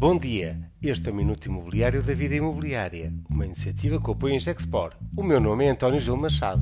Bom dia, este é o Minuto Imobiliário da Vida Imobiliária, uma iniciativa que apoia a Gexpor. O meu nome é António Gil Machado.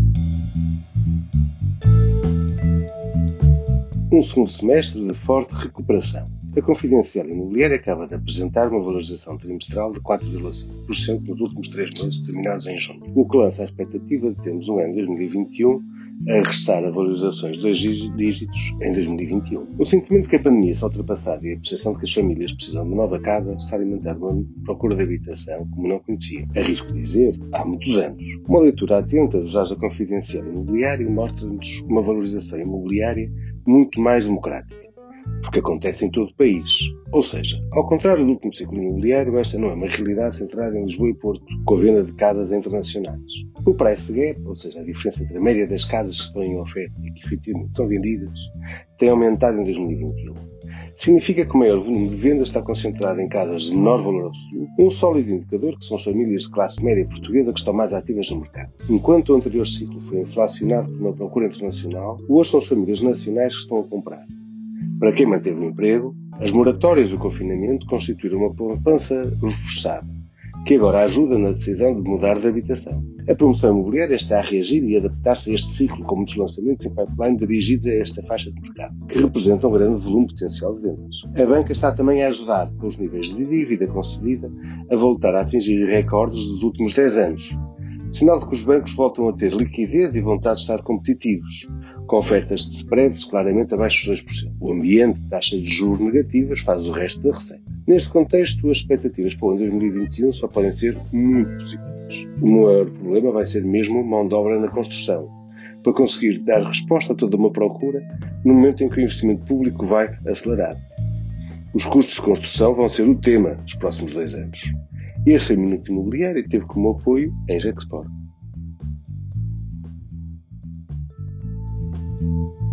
Um segundo semestre de forte recuperação. A Confidencial Imobiliária acaba de apresentar uma valorização trimestral de 4,5% nos últimos 3 meses, terminados em junho, o que lança a expectativa de termos um ano 2021 a regressar a valorizações de 2 dígitos em 2021. O sentimento de que a pandemia está ultrapassada e a percepção de que as famílias precisam de uma nova casa está a alimentar uma procura de habitação como não conhecia. Arrisco dizer, há muitos anos. Uma leitura atenta dos dados da Confidencial Imobiliária mostra-nos uma valorização imobiliária muito mais democrática, porque acontece em todo o país. Ou seja, ao contrário do último ciclo imobiliário, esta não é uma realidade centrada em Lisboa e Porto, com a venda de casas internacionais. O price gap, ou seja, a diferença entre a média das casas que estão em oferta e que efetivamente são vendidas, tem aumentado em 2021. Significa que o maior volume de vendas está concentrado em casas de menor valor absoluto, um sólido indicador que são as famílias de classe média portuguesa que estão mais ativas no mercado. Enquanto o anterior ciclo foi inflacionado por uma procura internacional, hoje são as famílias nacionais que estão a comprar. Para quem manteve o emprego, as moratórias do confinamento constituíram uma poupança reforçada, que agora ajuda na decisão de mudar de habitação. A promoção imobiliária está a reagir e adaptar-se a este ciclo com muitos lançamentos em pipeline dirigidos a esta faixa de mercado, que representa um grande volume potencial de vendas. A banca está também a ajudar, com os níveis de dívida concedida, a voltar a atingir recordes dos últimos 10 anos. Sinal de que os bancos voltam a ter liquidez e vontade de estar competitivos, com ofertas de spreads claramente abaixo dos 2%. O ambiente de taxas de juros negativas faz o resto da receita. Neste contexto, as expectativas para o ano 2021 só podem ser muito positivas. O maior problema vai ser mesmo mão de obra na construção, para conseguir dar resposta a toda uma procura no momento em que o investimento público vai acelerar. Os custos de construção vão ser o tema dos próximos 2 anos. Este foi o Minuto Imobiliário e teve como apoio a Gexpor.